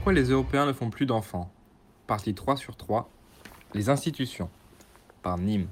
Pourquoi les Européens ne font plus d'enfants? Partie 3 sur 3. Les institutions. Par Nîmes.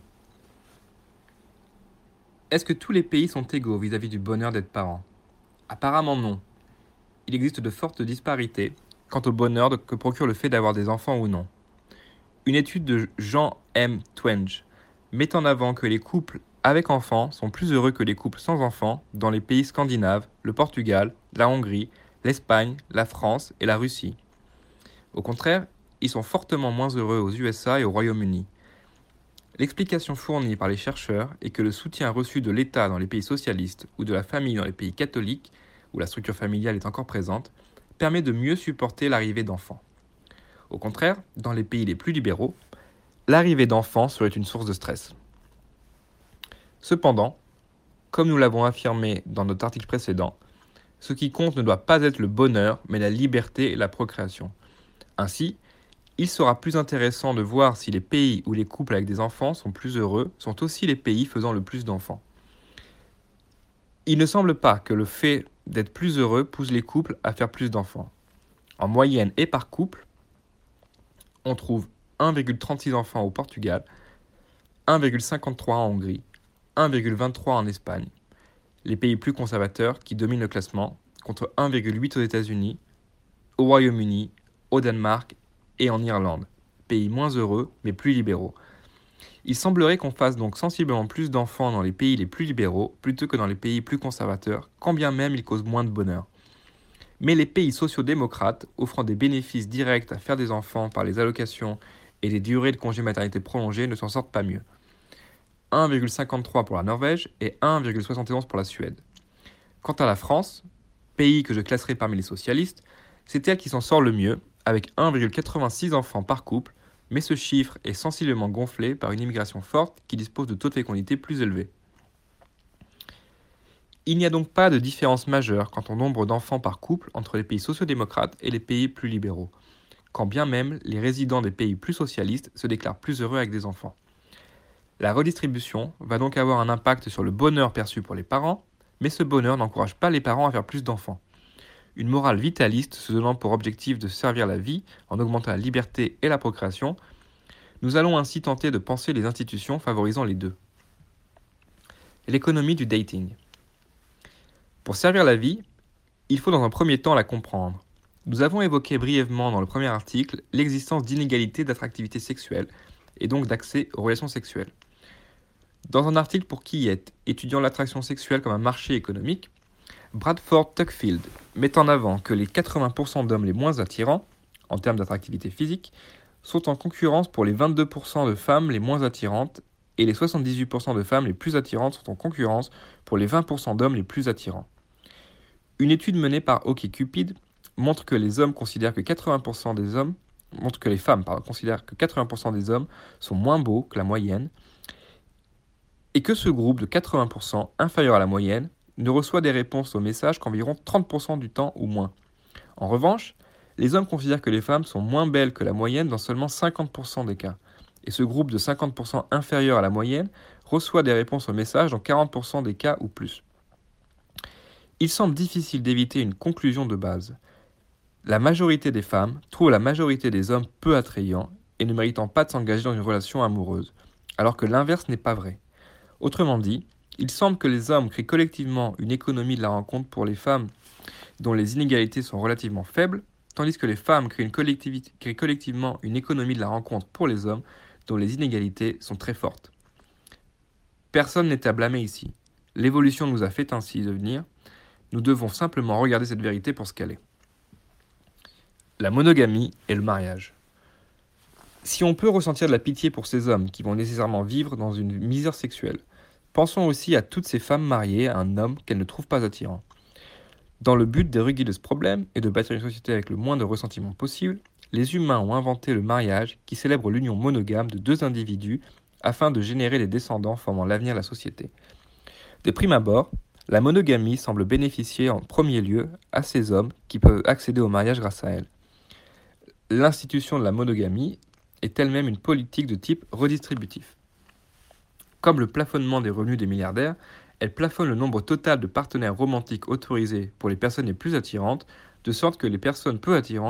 Est-ce que tous les pays sont égaux vis-à-vis du bonheur d'être parents? Apparemment non. Il existe de fortes disparités quant au bonheur que procure le fait d'avoir des enfants ou non. Une étude de Jean M. Twenge met en avant que les couples avec enfants sont plus heureux que les couples sans enfants dans les pays scandinaves, le Portugal, la Hongrie, l'Espagne, la France et la Russie. Au contraire, ils sont fortement moins heureux aux USA et au Royaume-Uni. L'explication fournie par les chercheurs est que le soutien reçu de l'État dans les pays socialistes ou de la famille dans les pays catholiques, où la structure familiale est encore présente, permet de mieux supporter l'arrivée d'enfants. Au contraire, dans les pays les plus libéraux, l'arrivée d'enfants serait une source de stress. Cependant, comme nous l'avons affirmé dans notre article précédent, ce qui compte ne doit pas être le bonheur, mais la liberté et la procréation. Ainsi, il sera plus intéressant de voir si les pays où les couples avec des enfants sont plus heureux sont aussi les pays faisant le plus d'enfants. Il ne semble pas que le fait d'être plus heureux pousse les couples à faire plus d'enfants. En moyenne et par couple, on trouve 1,36 enfants au Portugal, 1,53 en Hongrie, 1,23 en Espagne, les pays plus conservateurs qui dominent le classement, contre 1,8 aux États-Unis, au Royaume-Uni, au Danemark et en Irlande, pays moins heureux mais plus libéraux. Il semblerait qu'on fasse donc sensiblement plus d'enfants dans les pays les plus libéraux plutôt que dans les pays plus conservateurs, quand bien même ils causent moins de bonheur. Mais les pays sociaux-démocrates, offrant des bénéfices directs à faire des enfants par les allocations et les durées de congé maternité prolongées, ne s'en sortent pas mieux. 1,53 pour la Norvège et 1,71 pour la Suède. Quant à la France, pays que je classerai parmi les socialistes, c'est elle qui s'en sort le mieux, avec 1,86 enfants par couple, mais ce chiffre est sensiblement gonflé par une immigration forte qui dispose de taux de fécondité plus élevés. Il n'y a donc pas de différence majeure quant au nombre d'enfants par couple entre les pays sociaux-démocrates et les pays plus libéraux, quand bien même les résidents des pays plus socialistes se déclarent plus heureux avec des enfants. La redistribution va donc avoir un impact sur le bonheur perçu pour les parents, mais ce bonheur n'encourage pas les parents à faire plus d'enfants. Une morale vitaliste se donnant pour objectif de servir la vie en augmentant la liberté et la procréation, nous allons ainsi tenter de penser les institutions favorisant les deux. L'économie du dating. Pour servir la vie, il faut dans un premier temps la comprendre. Nous avons évoqué brièvement dans le premier article l'existence d'inégalités d'attractivité sexuelle et donc d'accès aux relations sexuelles. Dans un article pour Quillette, étudiant l'attraction sexuelle comme un marché économique, Bradford Tuckfield met en avant que les 80% d'hommes les moins attirants, en termes d'attractivité physique, sont en concurrence pour les 22% de femmes les moins attirantes et les 78% de femmes les plus attirantes sont en concurrence pour les 20% d'hommes les plus attirants. Une étude menée par OkCupid montre que les femmes considèrent que 80% des hommes sont moins beaux que la moyenne et que ce groupe de 80% inférieur à la moyenne ne reçoit des réponses aux messages qu'environ 30% du temps ou moins. En revanche, les hommes considèrent que les femmes sont moins belles que la moyenne dans seulement 50% des cas. Et ce groupe de 50% inférieur à la moyenne reçoit des réponses aux messages dans 40% des cas ou plus. Il semble difficile d'éviter une conclusion de base. La majorité des femmes trouvent la majorité des hommes peu attrayants et ne méritant pas de s'engager dans une relation amoureuse, alors que l'inverse n'est pas vrai. Autrement dit, il semble que les hommes créent collectivement une économie de la rencontre pour les femmes dont les inégalités sont relativement faibles, tandis que les femmes créent collectivement une économie de la rencontre pour les hommes dont les inégalités sont très fortes. Personne n'est à blâmer ici. L'évolution nous a fait ainsi devenir. Nous devons simplement regarder cette vérité pour ce qu'elle est. La monogamie et le mariage. Si on peut ressentir de la pitié pour ces hommes qui vont nécessairement vivre dans une misère sexuelle, pensons aussi à toutes ces femmes mariées à un homme qu'elles ne trouvent pas attirant. Dans le but d'éruditer de ce problème et de bâtir une société avec le moins de ressentiment possible, les humains ont inventé le mariage qui célèbre l'union monogame de deux individus afin de générer des descendants formant l'avenir de la société. De prime abord, la monogamie semble bénéficier en premier lieu à ces hommes qui peuvent accéder au mariage grâce à elle. L'institution de la monogamie est elle-même une politique de type redistributif. Comme le plafonnement des revenus des milliardaires, elle plafonne le nombre total de partenaires romantiques autorisés pour les personnes les plus attirantes, de sorte que les personnes peu attirantes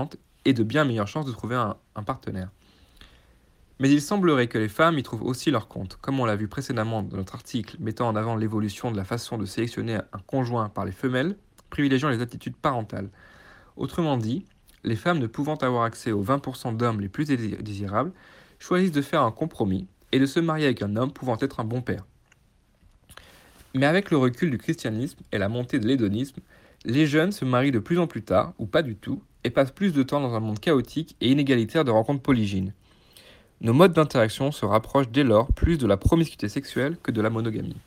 et de bien meilleures chances de trouver un partenaire. Mais il semblerait que les femmes y trouvent aussi leur compte, comme on l'a vu précédemment dans notre article mettant en avant l'évolution de la façon de sélectionner un conjoint par les femelles, privilégiant les attitudes parentales. Autrement dit, les femmes ne pouvant avoir accès aux 20% d'hommes les plus désirables, choisissent de faire un compromis et de se marier avec un homme pouvant être un bon père. Mais avec le recul du christianisme et la montée de l'hédonisme, les jeunes se marient de plus en plus tard, ou pas du tout, et passent plus de temps dans un monde chaotique et inégalitaire de rencontres polygynes. Nos modes d'interaction se rapprochent dès lors plus de la promiscuité sexuelle que de la monogamie.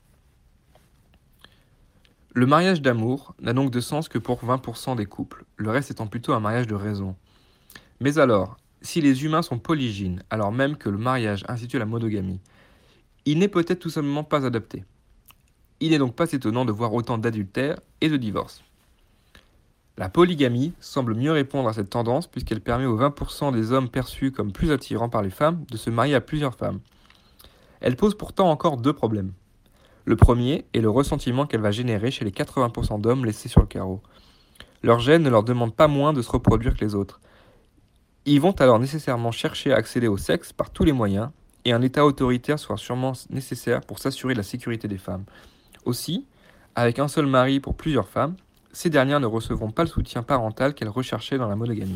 Le mariage d'amour n'a donc de sens que pour 20% des couples, le reste étant plutôt un mariage de raison. Mais alors, si les humains sont polygynes, alors même que le mariage institue la monogamie, il n'est peut-être tout simplement pas adapté. Il n'est donc pas étonnant de voir autant d'adultères et de divorces. La polygamie semble mieux répondre à cette tendance puisqu'elle permet aux 20% des hommes perçus comme plus attirants par les femmes de se marier à plusieurs femmes. Elle pose pourtant encore deux problèmes. Le premier est le ressentiment qu'elle va générer chez les 80% d'hommes laissés sur le carreau. Leur gène ne leur demande pas moins de se reproduire que les autres. Ils vont alors nécessairement chercher à accéder au sexe par tous les moyens, et un état autoritaire sera sûrement nécessaire pour s'assurer de la sécurité des femmes. Aussi, avec un seul mari pour plusieurs femmes, ces dernières ne recevront pas le soutien parental qu'elles recherchaient dans la monogamie.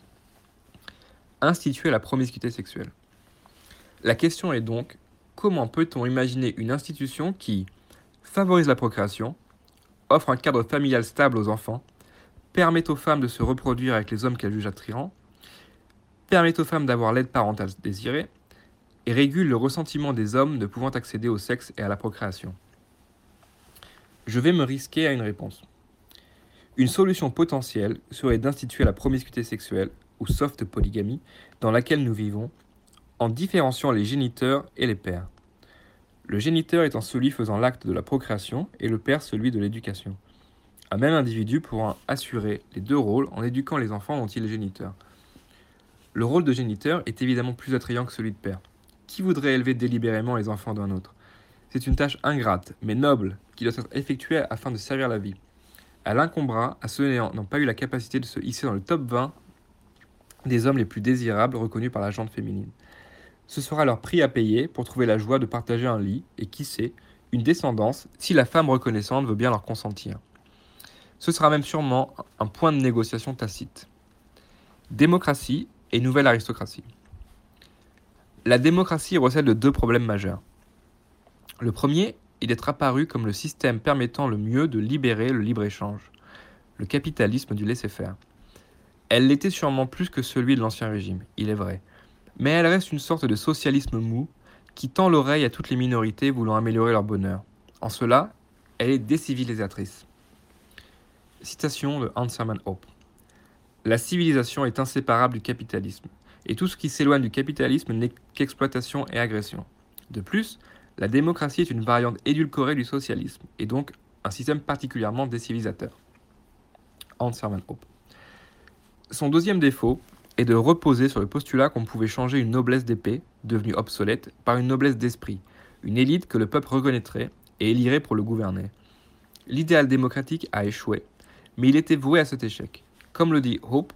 Instituer la promiscuité sexuelle. La question est donc, comment peut-on imaginer une institution qui favorise la procréation, offre un cadre familial stable aux enfants, permet aux femmes de se reproduire avec les hommes qu'elles jugent attirants, permet aux femmes d'avoir l'aide parentale désirée, et régule le ressentiment des hommes ne pouvant accéder au sexe et à la procréation? Je vais me risquer à une réponse. Une solution potentielle serait d'instituer la promiscuité sexuelle, ou soft polygamie, dans laquelle nous vivons, en différenciant les géniteurs et les pères. Le géniteur étant celui faisant l'acte de la procréation et le père celui de l'éducation. Un même individu pourra assurer les deux rôles en éduquant les enfants dont il est géniteur. Le rôle de géniteur est évidemment plus attrayant que celui de père. Qui voudrait élever délibérément les enfants d'un autre? C'est une tâche ingrate, mais noble, qui doit être effectuée afin de servir la vie. Elle incombera à ceux n'ayant pas eu la capacité de se hisser dans le top 20 des hommes les plus désirables reconnus par la gente féminine. Ce sera leur prix à payer pour trouver la joie de partager un lit et, qui sait, une descendance si la femme reconnaissante veut bien leur consentir. Ce sera même sûrement un point de négociation tacite. Démocratie et nouvelle aristocratie. La démocratie recèle de deux problèmes majeurs. Le premier est d'être apparu comme le système permettant le mieux de libérer le libre-échange, le capitalisme du laisser-faire. Elle l'était sûrement plus que celui de l'Ancien Régime, il est vrai, mais elle reste une sorte de socialisme mou qui tend l'oreille à toutes les minorités voulant améliorer leur bonheur. En cela, elle est décivilisatrice. Citation de Hans Hermann Hoppe. La civilisation est inséparable du capitalisme, et tout ce qui s'éloigne du capitalisme n'est qu'exploitation et agression. De plus, la démocratie est une variante édulcorée du socialisme, et donc un système particulièrement décivilisateur. Hans Hermann Hoppe. Son deuxième défaut est de reposer sur le postulat qu'on pouvait changer une noblesse d'épée, devenue obsolète, par une noblesse d'esprit, une élite que le peuple reconnaîtrait et élirait pour le gouverner. L'idéal démocratique a échoué, mais il était voué à cet échec. Comme le dit Hoppe,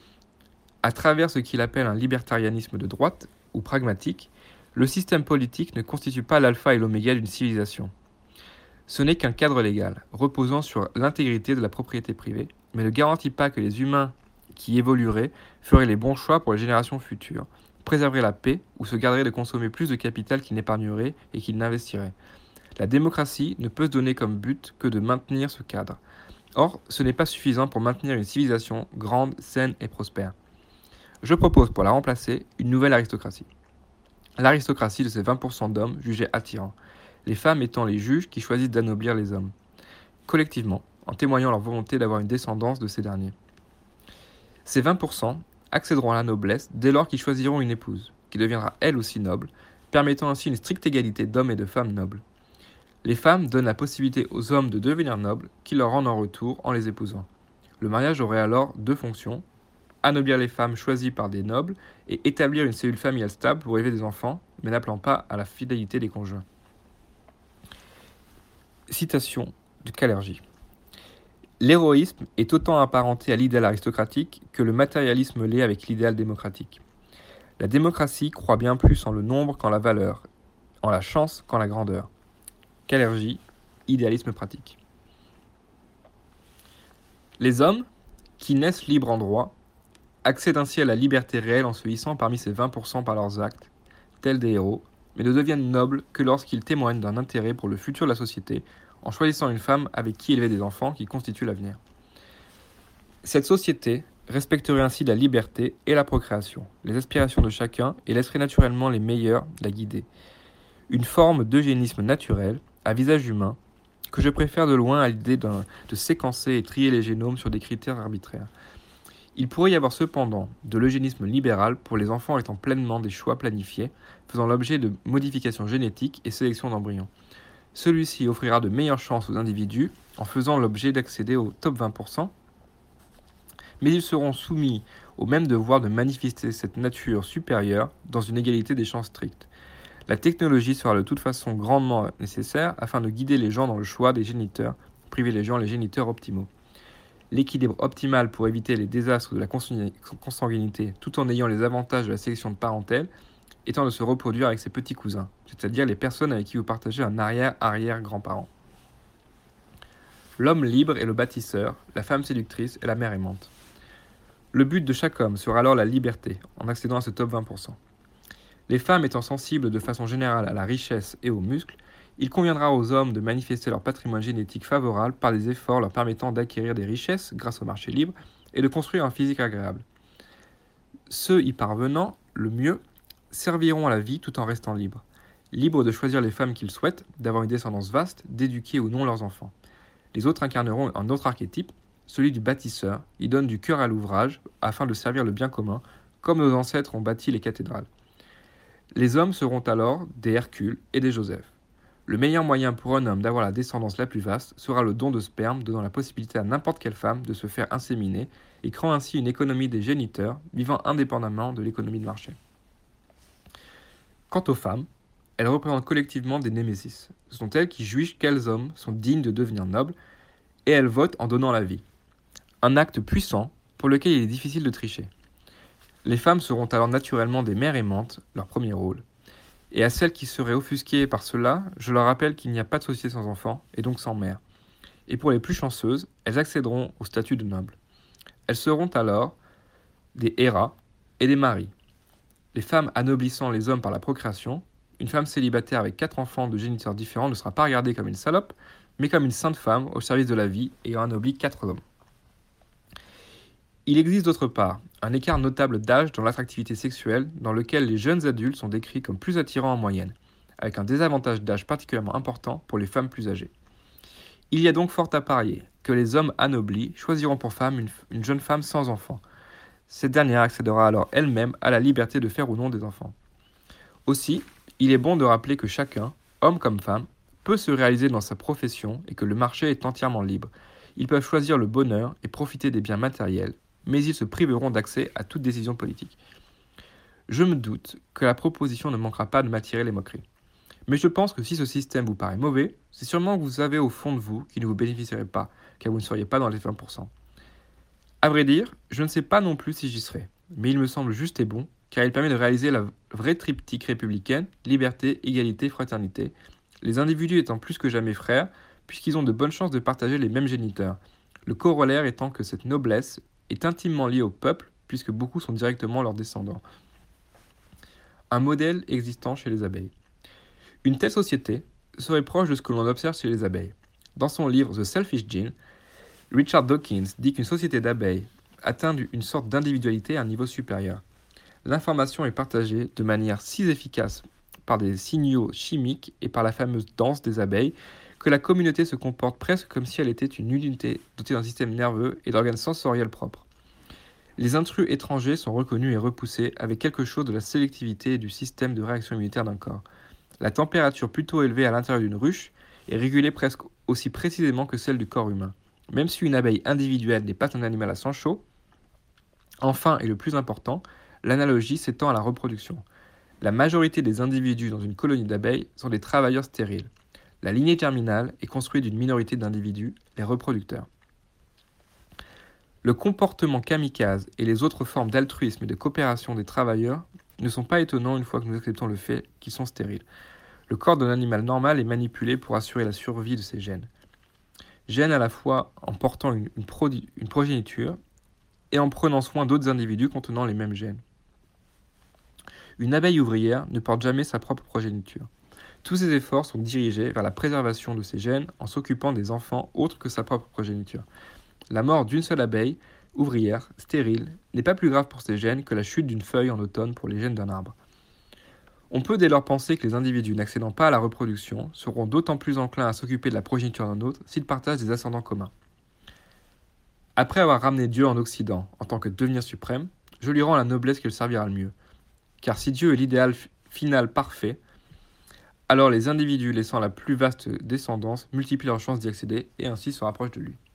à travers ce qu'il appelle un libertarianisme de droite, ou pragmatique, le système politique ne constitue pas l'alpha et l'oméga d'une civilisation. Ce n'est qu'un cadre légal, reposant sur l'intégrité de la propriété privée, mais ne garantit pas que les humains qui évolueraient feraient les bons choix pour les générations futures, préserveraient la paix ou se garderaient de consommer plus de capital qu'ils n'épargneraient et qu'ils n'investiraient. La démocratie ne peut se donner comme but que de maintenir ce cadre. Or, ce n'est pas suffisant pour maintenir une civilisation grande, saine et prospère. Je propose pour la remplacer une nouvelle aristocratie. L'aristocratie de ces 20% d'hommes jugés attirants, les femmes étant les juges qui choisissent d'anoblir les hommes, collectivement, en témoignant leur volonté d'avoir une descendance de ces derniers. Ces 20% accéderont à la noblesse dès lors qu'ils choisiront une épouse, qui deviendra elle aussi noble, permettant ainsi une stricte égalité d'hommes et de femmes nobles. Les femmes donnent la possibilité aux hommes de devenir nobles, qui leur rendent en retour en les épousant. Le mariage aurait alors deux fonctions: anoblir les femmes choisies par des nobles et établir une cellule familiale stable pour élever des enfants, mais n'appelant pas à la fidélité des conjoints. Citation de Kalergi. L'héroïsme est autant apparenté à l'idéal aristocratique que le matérialisme l'est avec l'idéal démocratique. La démocratie croit bien plus en le nombre qu'en la valeur, en la chance qu'en la grandeur. Kalergi, idéalisme pratique. Les hommes, qui naissent libres en droit, accèdent ainsi à la liberté réelle en se hissant parmi ces 20% par leurs actes, tels des héros, mais ne deviennent nobles que lorsqu'ils témoignent d'un intérêt pour le futur de la société, en choisissant une femme avec qui élever des enfants qui constituent l'avenir. Cette société respecterait ainsi la liberté et la procréation, les aspirations de chacun, et laisserait naturellement les meilleurs la guider. Une forme d'eugénisme naturel, à visage humain, que je préfère de loin à l'idée de séquencer et trier les génomes sur des critères arbitraires. Il pourrait y avoir cependant de l'eugénisme libéral pour les enfants étant pleinement des choix planifiés, faisant l'objet de modifications génétiques et sélection d'embryons. Celui-ci offrira de meilleures chances aux individus en faisant l'objet d'accéder au top 20%, mais ils seront soumis au même devoir de manifester cette nature supérieure dans une égalité des chances strictes. La technologie sera de toute façon grandement nécessaire afin de guider les gens dans le choix des géniteurs, privilégiant les géniteurs optimaux. L'équilibre optimal pour éviter les désastres de la consanguinité tout en ayant les avantages de la sélection de parentèle étant de se reproduire avec ses petits cousins, c'est-à-dire les personnes avec qui vous partagez un arrière-arrière-grand-parent. L'homme libre est le bâtisseur, la femme séductrice est la mère aimante. Le but de chaque homme sera alors la liberté, en accédant à ce top 20%. Les femmes étant sensibles de façon générale à la richesse et aux muscles, il conviendra aux hommes de manifester leur patrimoine génétique favorable par des efforts leur permettant d'acquérir des richesses grâce au marché libre et de construire un physique agréable. Ceux y parvenant, le mieux, serviront à la vie tout en restant libres. Libres de choisir les femmes qu'ils souhaitent, d'avoir une descendance vaste, d'éduquer ou non leurs enfants. Les autres incarneront un autre archétype, celui du bâtisseur. Il donne du cœur à l'ouvrage afin de servir le bien commun, comme nos ancêtres ont bâti les cathédrales. Les hommes seront alors des Hercules et des Joseph. Le meilleur moyen pour un homme d'avoir la descendance la plus vaste sera le don de sperme, donnant la possibilité à n'importe quelle femme de se faire inséminer et créant ainsi une économie des géniteurs, vivant indépendamment de l'économie de marché. Quant aux femmes, elles représentent collectivement des némésis. Ce sont elles qui jugent quels hommes sont dignes de devenir nobles, et elles votent en donnant la vie. Un acte puissant pour lequel il est difficile de tricher. Les femmes seront alors naturellement des mères aimantes, leur premier rôle. Et à celles qui seraient offusquées par cela, je leur rappelle qu'il n'y a pas de société sans enfants, et donc sans mère. Et pour les plus chanceuses, elles accéderont au statut de noble. Elles seront alors des Héras et des maris. Les femmes anoblissant les hommes par la procréation, une femme célibataire avec 4 enfants de géniteurs différents ne sera pas regardée comme une salope, mais comme une sainte femme au service de la vie ayant anobli 4 hommes. Il existe d'autre part un écart notable d'âge dans l'attractivité sexuelle dans lequel les jeunes adultes sont décrits comme plus attirants en moyenne, avec un désavantage d'âge particulièrement important pour les femmes plus âgées. Il y a donc fort à parier que les hommes anoblis choisiront pour femme une jeune femme sans enfants. Cette dernière accédera alors elle-même à la liberté de faire ou non des enfants. Aussi, il est bon de rappeler que chacun, homme comme femme, peut se réaliser dans sa profession et que le marché est entièrement libre. Ils peuvent choisir le bonheur et profiter des biens matériels, mais ils se priveront d'accès à toute décision politique. Je me doute que la proposition ne manquera pas de m'attirer les moqueries. Mais je pense que si ce système vous paraît mauvais, c'est sûrement que vous savez au fond de vous qu'il ne vous bénéficierait pas, car vous ne seriez pas dans les 20%. À vrai dire, je ne sais pas non plus si j'y serai, mais il me semble juste et bon, car il permet de réaliser la vraie triptyque républicaine, liberté, égalité, fraternité, les individus étant plus que jamais frères, puisqu'ils ont de bonnes chances de partager les mêmes géniteurs, le corollaire étant que cette noblesse est intimement liée au peuple, puisque beaucoup sont directement leurs descendants. Un modèle existant chez les abeilles. Une telle société serait proche de ce que l'on observe chez les abeilles. Dans son livre The Selfish Gene, Richard Dawkins dit qu'une société d'abeilles atteint une sorte d'individualité à un niveau supérieur. L'information est partagée de manière si efficace par des signaux chimiques et par la fameuse danse des abeilles que la communauté se comporte presque comme si elle était une unité dotée d'un système nerveux et d'organes sensoriels propres. Les intrus étrangers sont reconnus et repoussés avec quelque chose de la sélectivité et du système de réaction immunitaire d'un corps. La température plutôt élevée à l'intérieur d'une ruche est régulée presque aussi précisément que celle du corps humain. Même si une abeille individuelle n'est pas un animal à sang chaud, enfin et le plus important, l'analogie s'étend à la reproduction. La majorité des individus dans une colonie d'abeilles sont des travailleurs stériles. La lignée germinale est construite d'une minorité d'individus, les reproducteurs. Le comportement kamikaze et les autres formes d'altruisme et de coopération des travailleurs ne sont pas étonnants une fois que nous acceptons le fait qu'ils sont stériles. Le corps d'un animal normal est manipulé pour assurer la survie de ses gènes. Gènes à la fois en portant une progéniture et en prenant soin d'autres individus contenant les mêmes gènes. Une abeille ouvrière ne porte jamais sa propre progéniture. Tous ses efforts sont dirigés vers la préservation de ses gènes en s'occupant des enfants autres que sa propre progéniture. La mort d'une seule abeille, ouvrière, stérile, n'est pas plus grave pour ses gènes que la chute d'une feuille en automne pour les gènes d'un arbre. On peut dès lors penser que les individus n'accédant pas à la reproduction seront d'autant plus enclins à s'occuper de la progéniture d'un autre s'ils partagent des ascendants communs. Après avoir ramené Dieu en Occident en tant que devenir suprême, je lui rends la noblesse qui le servira le mieux. Car si Dieu est l'idéal final parfait, alors les individus laissant la plus vaste descendance multiplient leurs chances d'y accéder et ainsi se rapprochent de lui.